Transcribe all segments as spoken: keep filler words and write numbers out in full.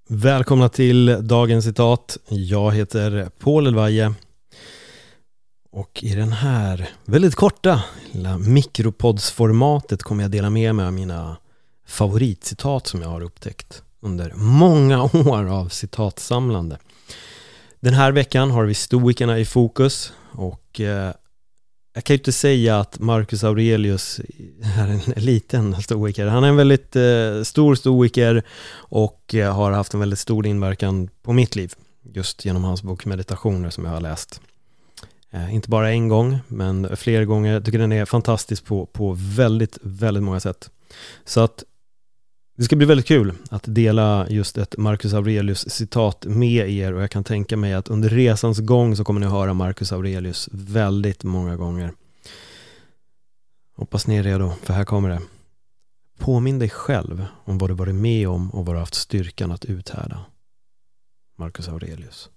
Välkomna till dagens citat. Jag heter Paul Elvaje och i den här väldigt korta lilla mikropoddsformatet kommer jag dela med mig av mina favoritcitat som jag har upptäckt under många år av citatsamlande. Den här veckan har vi stoikerna i fokus och eh, jag kan ju inte säga att Marcus Aurelius är en liten stoiker. Han är en väldigt eh, stor stoiker och eh, har haft en väldigt stor inverkan på mitt liv. Just genom hans bok Meditationer som jag har läst. Eh, inte bara en gång, men flera gånger. Jag tycker den är fantastisk på, på väldigt, väldigt många sätt. Så att det ska bli väldigt kul att dela just ett Marcus Aurelius citat med er, och jag kan tänka mig att under resans gång så kommer ni höra Marcus Aurelius väldigt många gånger. Hoppas ni är redo, för här kommer det. Påminn dig själv om vad du varit med om och vad du haft styrkan att uthärda. Marcus Aurelius.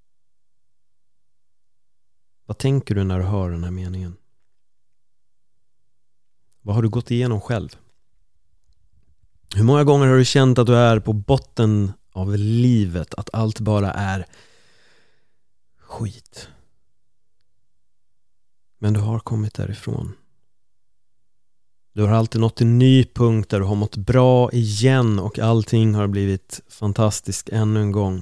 Vad tänker du när du hör den här meningen? Vad har du gått igenom själv? Hur många gånger har du känt att du är på botten av livet? Att allt bara är skit. Men du har kommit därifrån. Du har alltid nått en ny punkt där du har mått bra igen och allting har blivit fantastiskt ännu en gång.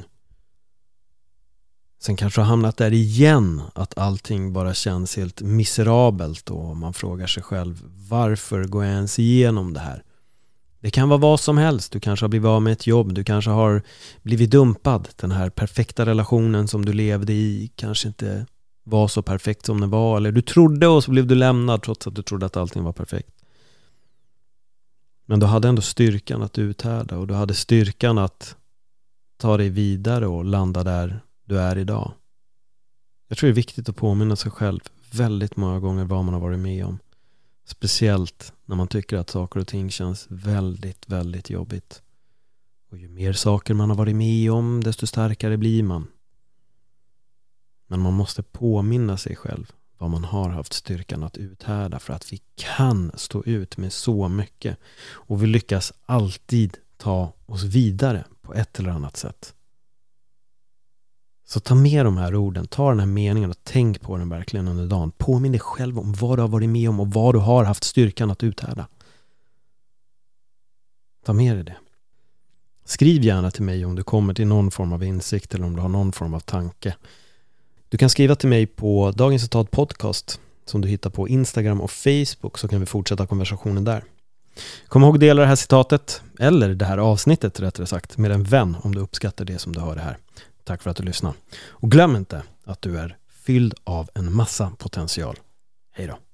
Sen kanske du har hamnat där igen, att allting bara känns helt miserabelt och man frågar sig själv, varför går jag ens igenom det här? Det kan vara vad som helst. Du kanske har blivit av med ett jobb. Du kanske har blivit dumpad. Den här perfekta relationen som du levde i kanske inte var så perfekt som den var. Eller du trodde och så blev du lämnad trots att du trodde att allting var perfekt. Men du hade ändå styrkan att uthärda. Och du hade styrkan att ta dig vidare och landa där du är idag. Jag tror det är viktigt att påminna sig själv väldigt många gånger vad man har varit med om. Speciellt när man tycker att saker och ting känns väldigt, väldigt jobbigt. Och ju mer saker man har varit med om, desto starkare blir man. Men man måste påminna sig själv vad man har haft styrkan att uthärda, för att vi kan stå ut med så mycket. Och vi lyckas alltid ta oss vidare på ett eller annat sätt. Så ta med de här orden, ta den här meningen och tänk på den verkligen under dagen. Påminn dig själv om vad du har varit med om och vad du har haft styrkan att uthärda. Ta med dig det. Skriv gärna till mig om du kommer till någon form av insikt eller om du har någon form av tanke. Du kan skriva till mig på Dagens Citat Podcast som du hittar på Instagram och Facebook, så kan vi fortsätta konversationen där. Kom ihåg att dela det här citatet, eller det här avsnittet rättare sagt, med en vän om du uppskattar det som du hör det här. Tack för att du lyssnar. Och glöm inte att du är fylld av en massa potential. Hej då.